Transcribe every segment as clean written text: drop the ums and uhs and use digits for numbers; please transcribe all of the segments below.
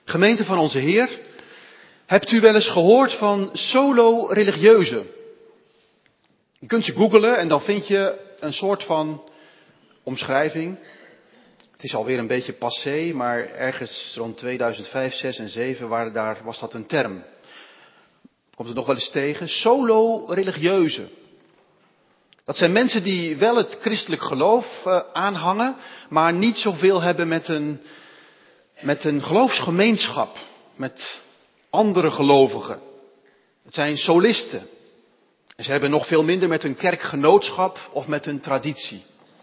Gemeente van onze Heer, hebt u wel eens gehoord van solo-religieuzen? Je kunt ze googlen en dan vind je een soort van omschrijving. Het is alweer een beetje passé, maar ergens rond 2005, 6 en 7 was dat een term. Komt het nog wel eens tegen? Solo-religieuzen. Dat zijn mensen die wel het christelijk geloof aanhangen, maar niet zoveel hebben met een geloofsgemeenschap, met andere gelovigen. Het zijn solisten. En ze hebben nog veel minder met een kerkgenootschap of met een traditie.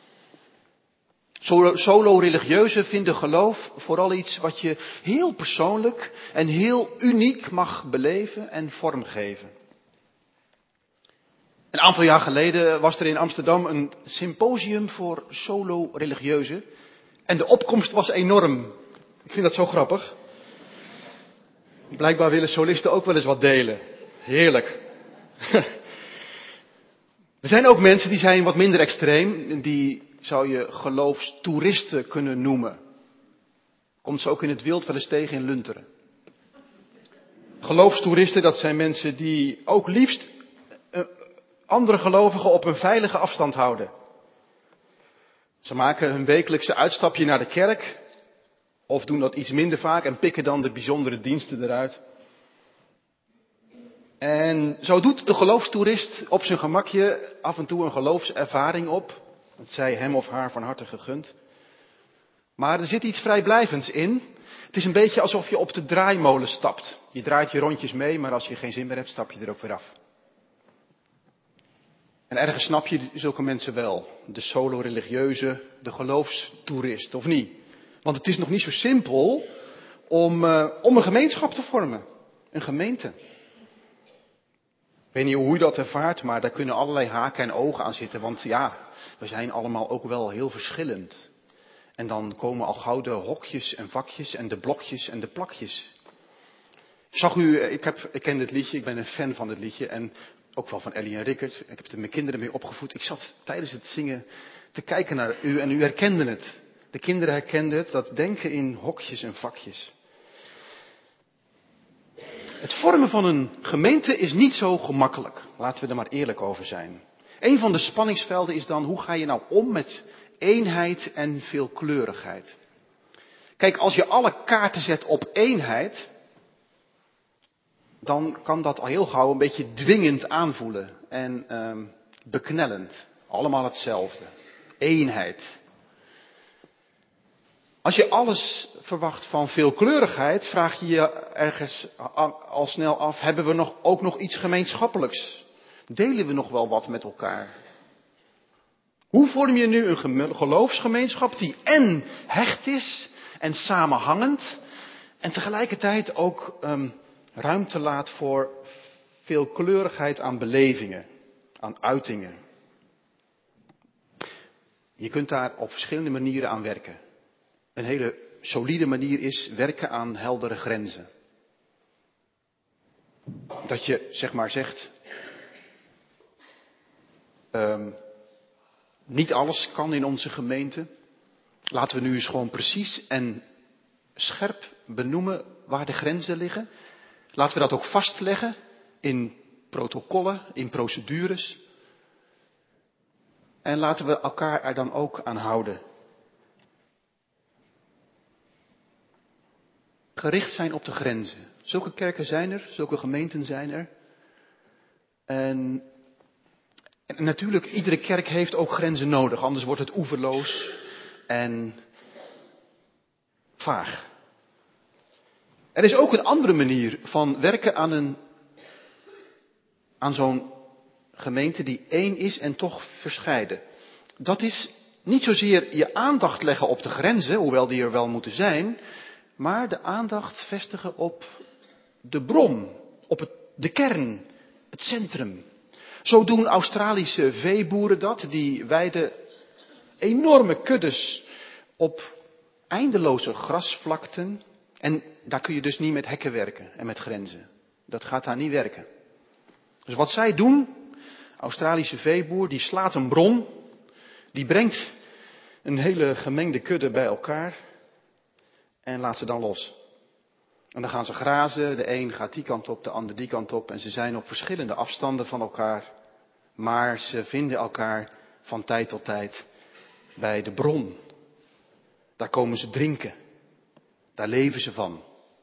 Solo-religieuzen vinden geloof vooral iets wat je heel persoonlijk en heel uniek mag beleven en vormgeven. Een aantal jaar geleden was er in Amsterdam een symposium voor solo-religieuzen. En de opkomst was enorm. Ik vind dat zo grappig. Blijkbaar willen solisten ook wel eens wat delen. Heerlijk. Er zijn ook mensen die zijn wat minder extreem. Die zou je geloofstoeristen kunnen noemen. Komt ze ook in het wild wel eens tegen in Lunteren. Geloofstoeristen, dat zijn mensen die ook liefst andere gelovigen op een veilige afstand houden. Ze maken hun wekelijkse uitstapje naar de kerk. Of doen dat iets minder vaak en pikken dan de bijzondere diensten eruit. En zo doet de geloofstoerist op zijn gemakje af en toe een geloofservaring op. Dat zij hem of haar van harte gegund. Maar er zit iets vrijblijvends in. Het is een beetje alsof je op de draaimolen stapt. Je draait je rondjes mee, maar als je geen zin meer hebt, stap je er ook weer af. En ergens snap je zulke mensen wel. De solo-religieuze, de geloofstoerist, of niet? Want het is nog niet zo simpel om een gemeenschap te vormen. Een gemeente. Ik weet niet hoe je dat ervaart, maar daar kunnen allerlei haken en ogen aan zitten. Want ja, we zijn allemaal ook wel heel verschillend. En dan komen al gauw de hokjes en vakjes en de blokjes en de plakjes. Ik ken dit liedje, ik ben een fan van dit liedje. En ook wel van Ellie en Rickert. Ik heb er mijn kinderen mee opgevoed. Ik zat tijdens het zingen te kijken naar u en u herkende het. De kinderen herkenden het, dat denken in hokjes en vakjes. Het vormen van een gemeente is niet zo gemakkelijk. Laten we er maar eerlijk over zijn. Een van de spanningsvelden is dan, hoe ga je nou om met eenheid en veelkleurigheid? Kijk, als je alle kaarten zet op eenheid, dan kan dat al heel gauw een beetje dwingend aanvoelen en beknellend. Allemaal hetzelfde. Eenheid. Als je alles verwacht van veelkleurigheid, vraag je je ergens al snel af, hebben we ook nog iets gemeenschappelijks? Delen we nog wel wat met elkaar? Hoe vorm je nu een geloofsgemeenschap die en hecht is en samenhangend en tegelijkertijd ook ruimte laat voor veelkleurigheid aan belevingen, aan uitingen? Je kunt daar op verschillende manieren aan werken. Een hele solide manier is werken aan heldere grenzen. Dat je zeg maar zegt, niet alles kan in onze gemeente. Laten we nu eens gewoon precies en scherp benoemen waar de grenzen liggen. Laten we dat ook vastleggen in protocollen, in procedures. En laten we elkaar er dan ook aan houden. Gericht zijn op de grenzen. Zulke kerken zijn er, zulke gemeenten zijn er. En natuurlijk, iedere kerk heeft ook grenzen nodig, anders wordt het oeverloos en vaag. Er is ook een andere manier van werken aan zo'n gemeente die één is en toch verscheiden. Dat is niet zozeer je aandacht leggen op de grenzen, hoewel die er wel moeten zijn, maar de aandacht vestigen op de bron, op de kern, het centrum. Zo doen Australische veeboeren dat, die weiden enorme kuddes op eindeloze grasvlakten. En daar kun je dus niet met hekken werken en met grenzen. Dat gaat daar niet werken. Dus wat zij doen, Australische veeboer, die slaat een bron, die brengt een hele gemengde kudde bij elkaar en laat ze dan los. En dan gaan ze grazen, de een gaat die kant op, de ander die kant op. En ze zijn op verschillende afstanden van elkaar. Maar ze vinden elkaar van tijd tot tijd bij de bron. Daar komen ze drinken. Daar leven ze van.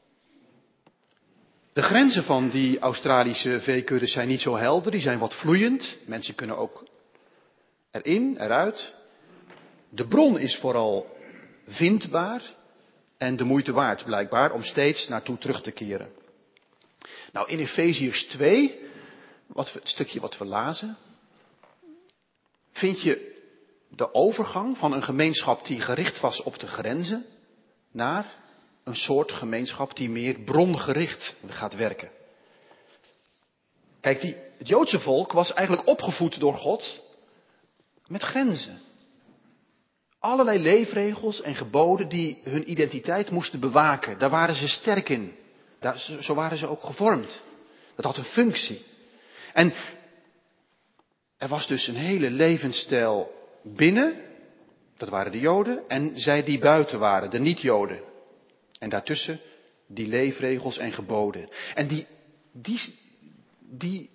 De grenzen van die Australische veekuddes zijn niet zo helder, die zijn wat vloeiend. Mensen kunnen ook erin, eruit. De bron is vooral vindbaar en de moeite waard blijkbaar om steeds naartoe terug te keren. Nou, in Efeziërs 2, het stukje wat we lazen, vind je de overgang van een gemeenschap die gericht was op de grenzen naar een soort gemeenschap die meer brongericht gaat werken. Kijk, het Joodse volk was eigenlijk opgevoed door God met grenzen. Allerlei leefregels en geboden die hun identiteit moesten bewaken. Daar waren ze sterk in. Zo waren ze ook gevormd. Dat had een functie. En er was dus een hele levensstijl binnen, dat waren de Joden, en zij die buiten waren, de niet-Joden. En daartussen die leefregels en geboden. En die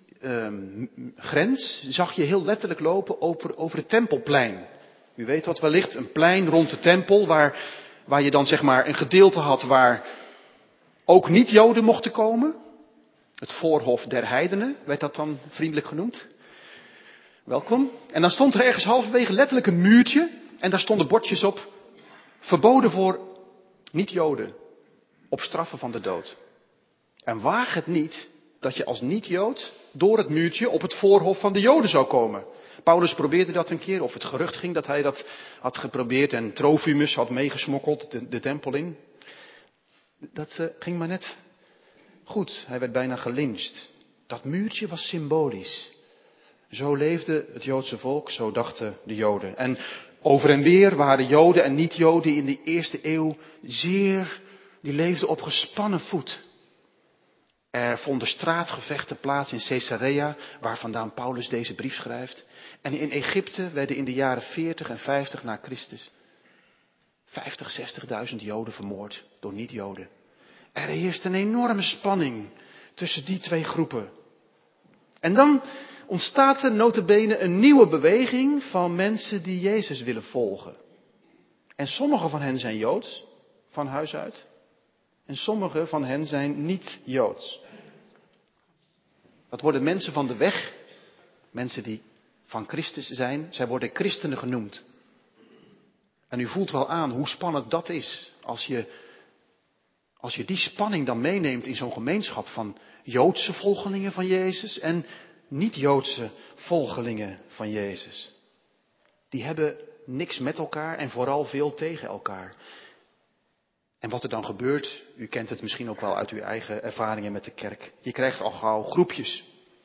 grens zag je heel letterlijk lopen over het Tempelplein. U weet wat wellicht, een plein rond de tempel waar je dan zeg maar een gedeelte had waar ook niet-Joden mochten komen. Het voorhof der heidenen werd dat dan vriendelijk genoemd. Welkom. En dan stond er ergens halverwege letterlijk een muurtje en daar stonden bordjes op. Verboden voor niet-Joden. Op straffen van de dood. En waag het niet dat je als niet-Jood door het muurtje op het voorhof van de Joden zou komen. Paulus probeerde dat een keer, of het gerucht ging dat hij dat had geprobeerd en Trofimus had meegesmokkeld de tempel in. Dat ging maar net goed. Hij werd bijna gelyncht. Dat muurtje was symbolisch. Zo leefde het Joodse volk, zo dachten de Joden. En over en weer waren Joden en niet-Joden in de eerste eeuw die leefden op gespannen voet. Er vonden straatgevechten plaats in Caesarea, waar vandaan Paulus deze brief schrijft. En in Egypte werden in de jaren 40 en 50 na Christus 50.000, 60.000 Joden vermoord door niet-Joden. Er heerst een enorme spanning tussen die twee groepen. En dan ontstaat er nota bene een nieuwe beweging van mensen die Jezus willen volgen. En sommige van hen zijn Joods, van huis uit. En sommige van hen zijn niet Joods. Dat worden mensen van de weg, mensen die van Christus zijn. Zij worden christenen genoemd. En u voelt wel aan hoe spannend dat is. Als je die spanning dan meeneemt in zo'n gemeenschap van Joodse volgelingen van Jezus en niet-Joodse volgelingen van Jezus. Die hebben niks met elkaar en vooral veel tegen elkaar. En wat er dan gebeurt, u kent het misschien ook wel uit uw eigen ervaringen met de kerk. Je krijgt al gauw groepjes.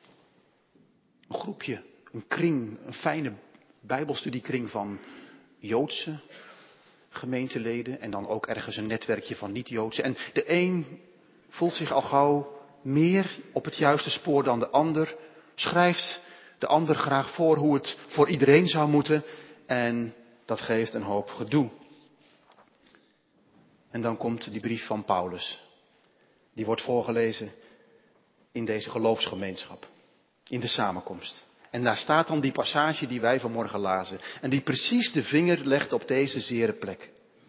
Een groepje, een kring, een fijne bijbelstudiekring van Joodse gemeenteleden. En dan ook ergens een netwerkje van niet-Joodse. En de een voelt zich al gauw meer op het juiste spoor dan de ander. Schrijft de ander graag voor hoe het voor iedereen zou moeten. En dat geeft een hoop gedoe. En dan komt die brief van Paulus. Die wordt voorgelezen in deze geloofsgemeenschap. In de samenkomst. En daar staat dan die passage die wij vanmorgen lazen. En die precies de vinger legt op deze zere plek.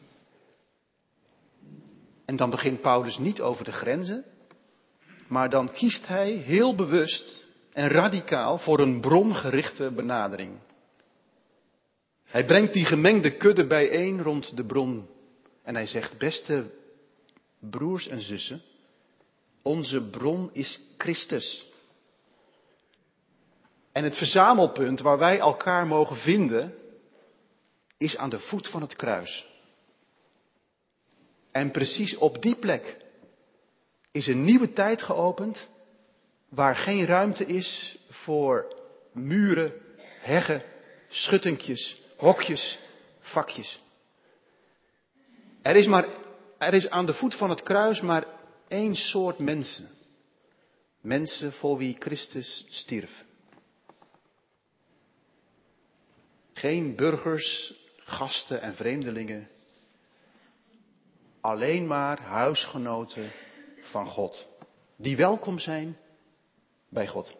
En dan begint Paulus niet over de grenzen. Maar dan kiest hij heel bewust en radicaal voor een brongerichte benadering. Hij brengt die gemengde kudde bijeen rond de bron. En hij zegt, beste broers en zussen, onze bron is Christus. En het verzamelpunt waar wij elkaar mogen vinden, is aan de voet van het kruis. En precies op die plek is een nieuwe tijd geopend, waar geen ruimte is voor muren, heggen, schuttingjes, hokjes, vakjes. Er is aan de voet van het kruis maar één soort mensen. Mensen voor wie Christus stierf. Geen burgers, gasten en vreemdelingen. Alleen maar huisgenoten van God. Die welkom zijn bij God.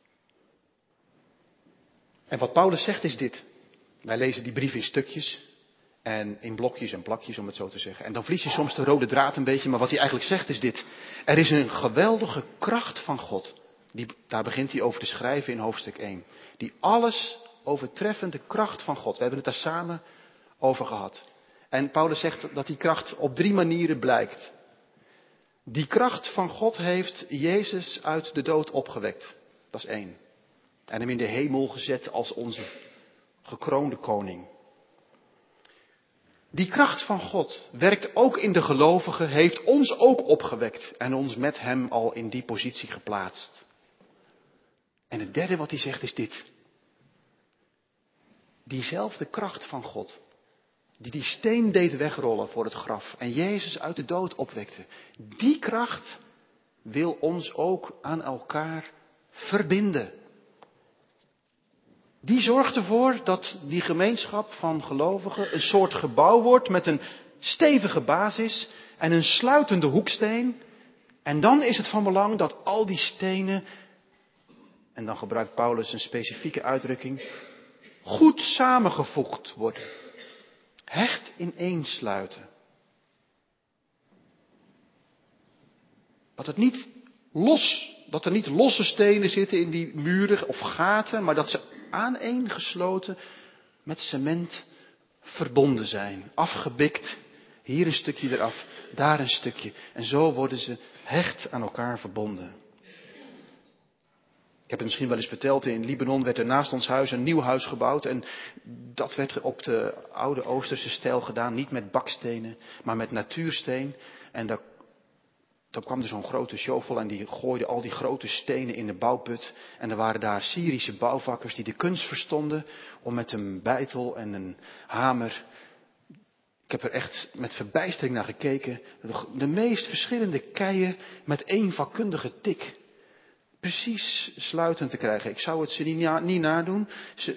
En wat Paulus zegt is dit. Wij lezen die brief in stukjes en in blokjes en plakjes, om het zo te zeggen. En dan verlies je soms de rode draad een beetje, maar wat hij eigenlijk zegt is dit. Er is een geweldige kracht van God. Daar begint hij over te schrijven in hoofdstuk 1. Die alles overtreffende kracht van God. We hebben het daar samen over gehad. En Paulus zegt dat die kracht op 3 manieren blijkt. Die kracht van God heeft Jezus uit de dood opgewekt. Dat is 1. En hem in de hemel gezet als onze gekroonde koning. Die kracht van God werkt ook in de gelovigen, heeft ons ook opgewekt en ons met hem al in die positie geplaatst. En het derde wat hij zegt is dit. Diezelfde kracht van God, die steen deed wegrollen voor het graf en Jezus uit de dood opwekte. Die kracht wil ons ook aan elkaar verbinden. Die zorgt ervoor dat die gemeenschap van gelovigen een soort gebouw wordt met een stevige basis en een sluitende hoeksteen. En dan is het van belang dat al die stenen, en dan gebruikt Paulus een specifieke uitdrukking, goed samengevoegd worden. Hecht ineensluiten. Dat er niet losse stenen zitten in die muren of gaten, maar dat ze aaneengesloten met cement verbonden zijn. Afgebikt, hier een stukje eraf, daar een stukje. En zo worden ze hecht aan elkaar verbonden. Ik heb het misschien wel eens verteld, in Libanon werd er naast ons huis een nieuw huis gebouwd. En dat werd op de oude Oosterse stijl gedaan, niet met bakstenen, maar met natuursteen. En dan kwam er zo'n grote shovel en die gooide al die grote stenen in de bouwput. En er waren daar Syrische bouwvakkers die de kunst verstonden om met een beitel en een hamer. Ik heb er echt met verbijstering naar gekeken. De meest verschillende keien met één vakkundige tik. Precies sluitend te krijgen. Ik zou het ze niet nadoen.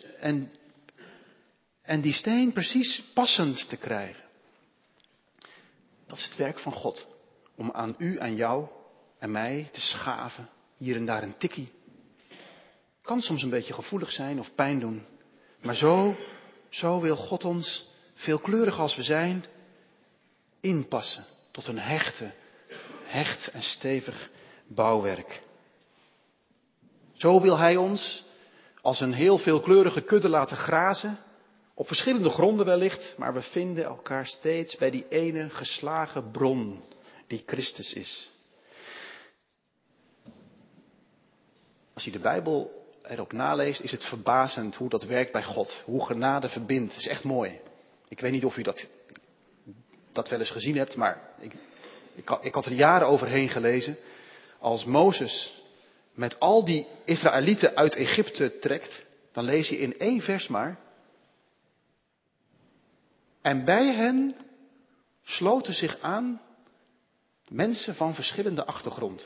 En die steen precies passend te krijgen. Dat is het werk van God. Om aan u, aan jou en mij te schaven. Hier en daar een tikkie. Kan soms een beetje gevoelig zijn of pijn doen. Maar zo wil God ons, veelkleurig als we zijn, inpassen. Tot een hecht en stevig bouwwerk. Zo wil hij ons als een heel veelkleurige kudde laten grazen. Op verschillende gronden wellicht. Maar we vinden elkaar steeds bij die ene geslagen bron. Die Christus is. Als je de Bijbel erop naleest, is het verbazend hoe dat werkt bij God. Hoe genade verbindt. Het is echt mooi. Ik weet niet of u dat wel eens gezien hebt, maar ik had er jaren overheen gelezen. Als Mozes met al die Israëlieten uit Egypte trekt, dan lees je in 1 vers maar. En bij hen sloten zich aan mensen van verschillende achtergrond.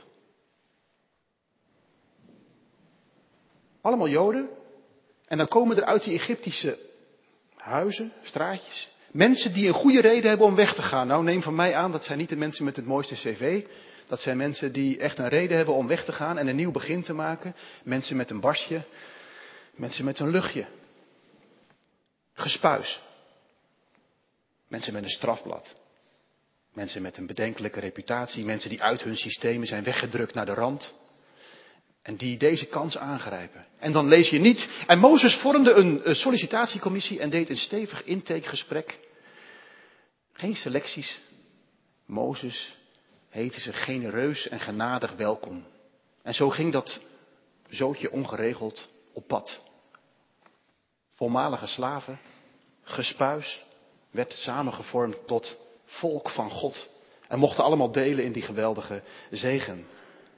Allemaal Joden. En dan komen er uit die Egyptische huizen, straatjes, mensen die een goede reden hebben om weg te gaan. Nou, neem van mij aan, dat zijn niet de mensen met het mooiste cv. Dat zijn mensen die echt een reden hebben om weg te gaan en een nieuw begin te maken. Mensen met een barsje, mensen met een luchtje. Gespuis. Mensen met een strafblad. Mensen met een bedenkelijke reputatie. Mensen die uit hun systemen zijn weggedrukt naar de rand. En die deze kans aangrijpen. En dan lees je niet. En Mozes vormde een sollicitatiecommissie en deed een stevig intakegesprek. Geen selecties. Mozes heette ze genereus en genadig welkom. En zo ging dat zootje ongeregeld op pad. Voormalige slaven, gespuis, werd samengevormd tot volk van God. En mochten allemaal delen in die geweldige zegen.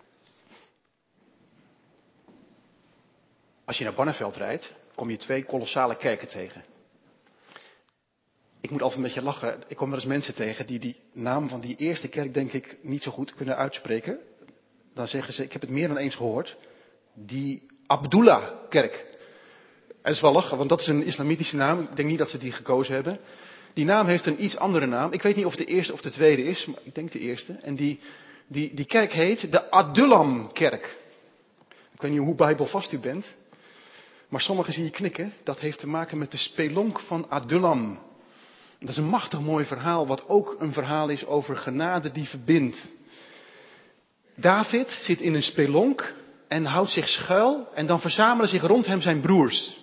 Als je naar Barneveld rijdt, kom je 2 kolossale kerken tegen. Ik moet altijd een beetje lachen. Ik kom wel eens mensen tegen die naam van die eerste kerk, denk ik, niet zo goed kunnen uitspreken. Dan zeggen ze, ik heb het meer dan eens gehoord, die Abdullah-kerk. En dat is wel lachen, want dat is een islamitische naam. Ik denk niet dat ze die gekozen hebben. Die naam heeft een iets andere naam. Ik weet niet of de eerste of de tweede is, maar ik denk de eerste. En die kerk heet de Adullamkerk. Ik weet niet hoe bijbelvast u bent. Maar sommigen zie je knikken. Dat heeft te maken met de spelonk van Adullam. Dat is een machtig mooi verhaal, wat ook een verhaal is over genade die verbindt. David zit in een spelonk en houdt zich schuil en dan verzamelen zich rond hem zijn broers.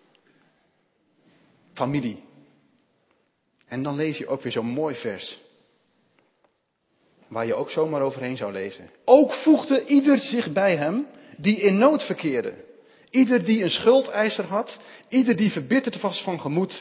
Familie. En dan lees je ook weer zo'n mooi vers. Waar je ook zomaar overheen zou lezen. Ook voegde ieder zich bij hem die in nood verkeerde. Ieder die een schuldeiser had. Ieder die verbitterd was van gemoed.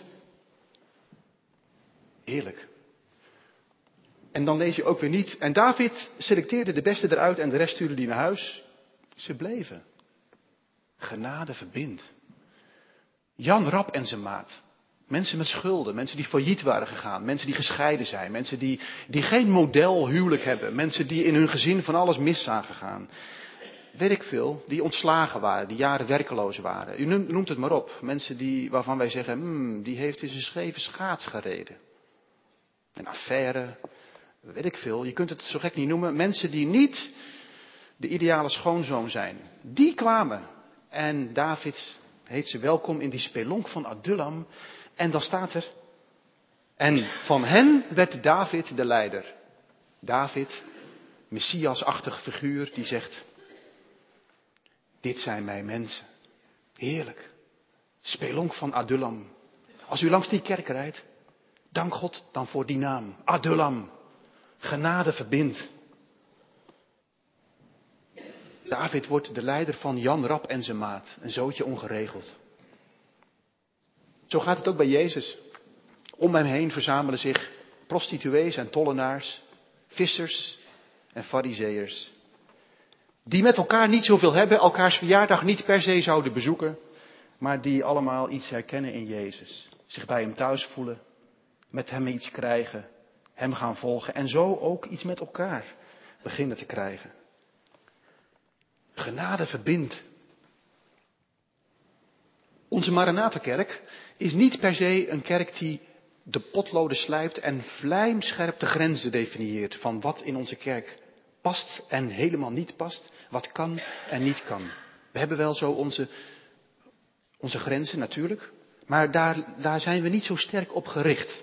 Heerlijk. En dan lees je ook weer niet. En David selecteerde de beste eruit en de rest stuurde die naar huis. Ze bleven. Genade verbindt. Jan Rap en zijn maat. Mensen met schulden, mensen die failliet waren gegaan, mensen die gescheiden zijn, mensen die geen modelhuwelijk hebben, mensen die in hun gezin van alles mis zagen gaan. Weet ik veel, die ontslagen waren, die jaren werkeloos waren. U noemt het maar op. Mensen waarvan wij zeggen, die heeft in zijn scheve schaats gereden. Een affaire, weet ik veel. Je kunt het zo gek niet noemen. Mensen die niet de ideale schoonzoon zijn. Die kwamen. En David heet ze welkom in die spelonk van Adullam. En dan staat er. En van hen werd David de leider. David, Messias-achtig figuur, die zegt. Dit zijn mijn mensen. Heerlijk. Spelonk van Adullam. Als u langs die kerk rijdt. Dank God dan voor die naam. Adullam. Genade verbindt. David wordt de leider van Jan Rap en zijn maat. Een zootje ongeregeld. Zo gaat het ook bij Jezus. Om hem heen verzamelen zich prostituees en tollenaars, vissers en farizeeërs. Die met elkaar niet zoveel hebben, elkaars verjaardag niet per se zouden bezoeken, maar die allemaal iets herkennen in Jezus. Zich bij hem thuis voelen, met hem iets krijgen, hem gaan volgen en zo ook iets met elkaar beginnen te krijgen. Genade verbindt. Onze Maranatha-kerk is niet per se een kerk die de potloden slijpt en vlijmscherp de grenzen definieert van wat in onze kerk past en helemaal niet past, wat kan en niet kan. We hebben wel zo onze grenzen natuurlijk, maar daar zijn we niet zo sterk op gericht.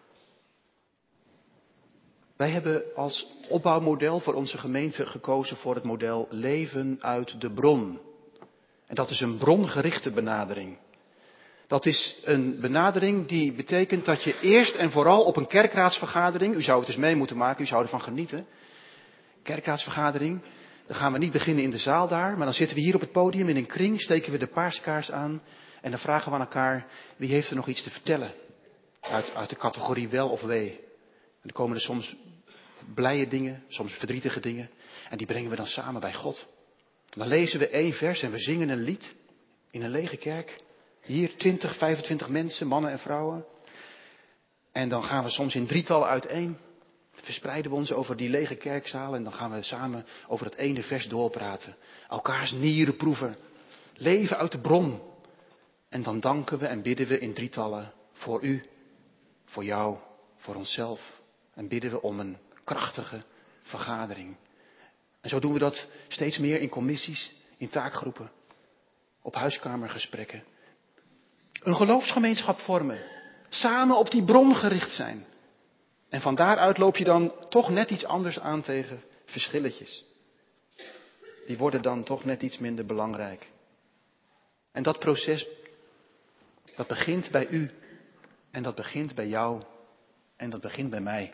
Wij hebben als opbouwmodel voor onze gemeente gekozen voor het model leven uit de bron. En dat is een brongerichte benadering. Dat is een benadering die betekent dat je eerst en vooral op een kerkraadsvergadering, u zou het eens mee moeten maken, u zou ervan genieten. Kerkraadsvergadering, dan gaan we niet beginnen in de zaal daar, maar dan zitten we hier op het podium in een kring, steken we de paarskaars aan en dan vragen we aan elkaar, wie heeft er nog iets te vertellen? Uit de categorie wel of wee. En dan komen er soms blije dingen, soms verdrietige dingen en die brengen we dan samen bij God. Dan lezen we 1 vers en we zingen een lied in een lege kerk. Hier 20, 25 mensen, mannen en vrouwen. En dan gaan we soms in drietallen uiteen. Verspreiden we ons over die lege kerkzaal en dan gaan we samen over het ene vers doorpraten. Elkaars nieren proeven. Leven uit de bron. En dan danken we en bidden we in drietallen voor u, voor jou, voor onszelf. En bidden we om een krachtige vergadering. En zo doen we dat steeds meer in commissies, in taakgroepen, op huiskamergesprekken. Een geloofsgemeenschap vormen. Samen op die bron gericht zijn. En van daaruit loop je dan toch net iets anders aan tegen verschilletjes. Die worden dan toch net iets minder belangrijk. En dat proces, dat begint bij u. En dat begint bij jou. En dat begint bij mij.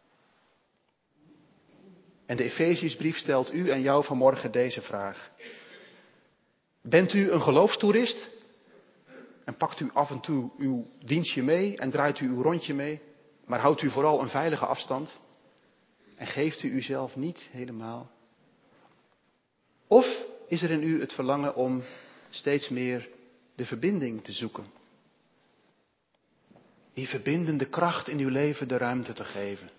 En de Efeziërsbrief stelt u en jou vanmorgen deze vraag. Bent u een geloofstoerist? En pakt u af en toe uw dienstje mee en draait u uw rondje mee, maar houdt u vooral een veilige afstand en geeft u uzelf niet helemaal? Of is er in u het verlangen om steeds meer de verbinding te zoeken? Die verbindende kracht in uw leven de ruimte te geven.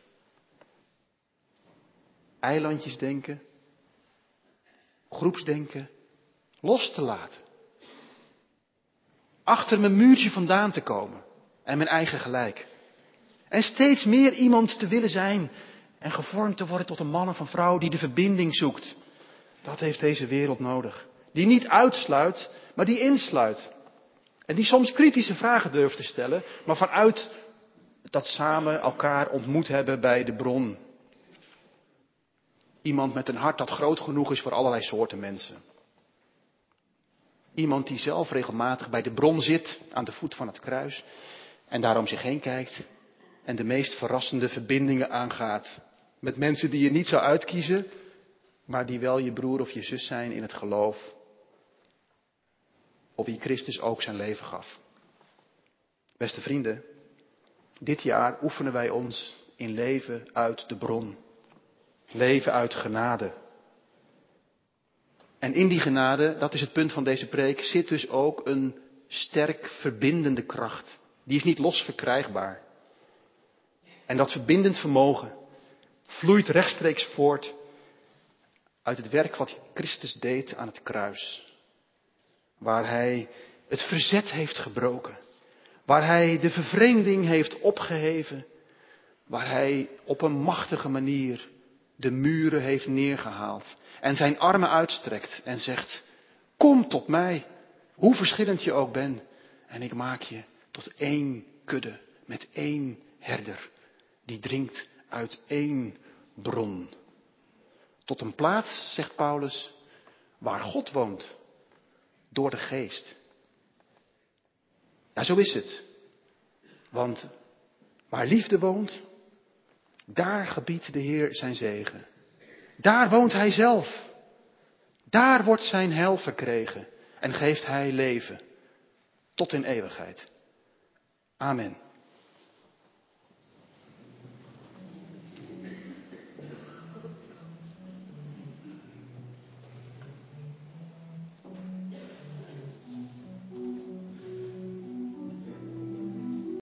Eilandjes denken, groepsdenken, los te laten. Achter mijn muurtje vandaan te komen en mijn eigen gelijk. En steeds meer iemand te willen zijn en gevormd te worden tot een man of een vrouw die de verbinding zoekt. Dat heeft deze wereld nodig. Die niet uitsluit, maar die insluit. En die soms kritische vragen durft te stellen, maar vanuit dat samen elkaar ontmoet hebben bij de bron. Iemand met een hart dat groot genoeg is voor allerlei soorten mensen. Iemand die zelf regelmatig bij de bron zit, aan de voet van het kruis, en daar om zich heen kijkt en de meest verrassende verbindingen aangaat. Met mensen die je niet zou uitkiezen, maar die wel je broer of je zus zijn in het geloof. Op wie Christus ook zijn leven gaf. Beste vrienden, dit jaar oefenen wij ons in leven uit de bron. Leven uit genade. En in die genade, dat is het punt van deze preek, zit dus ook een sterk verbindende kracht. Die is niet los verkrijgbaar. En dat verbindend vermogen vloeit rechtstreeks voort uit het werk wat Christus deed aan het kruis. Waar hij het verzet heeft gebroken. Waar hij de vervreemding heeft opgeheven. Waar hij op een machtige manier de muren heeft neergehaald. En zijn armen uitstrekt en zegt, kom tot mij, hoe verschillend je ook bent. En ik maak je tot één kudde met één herder. Die drinkt uit één bron. Tot een plaats, zegt Paulus, waar God woont. Door de geest. Ja, zo is het. Want waar liefde woont, daar gebiedt de Heer zijn zegen. Daar woont hij zelf. Daar wordt zijn heil verkregen en geeft hij leven tot in eeuwigheid. Amen.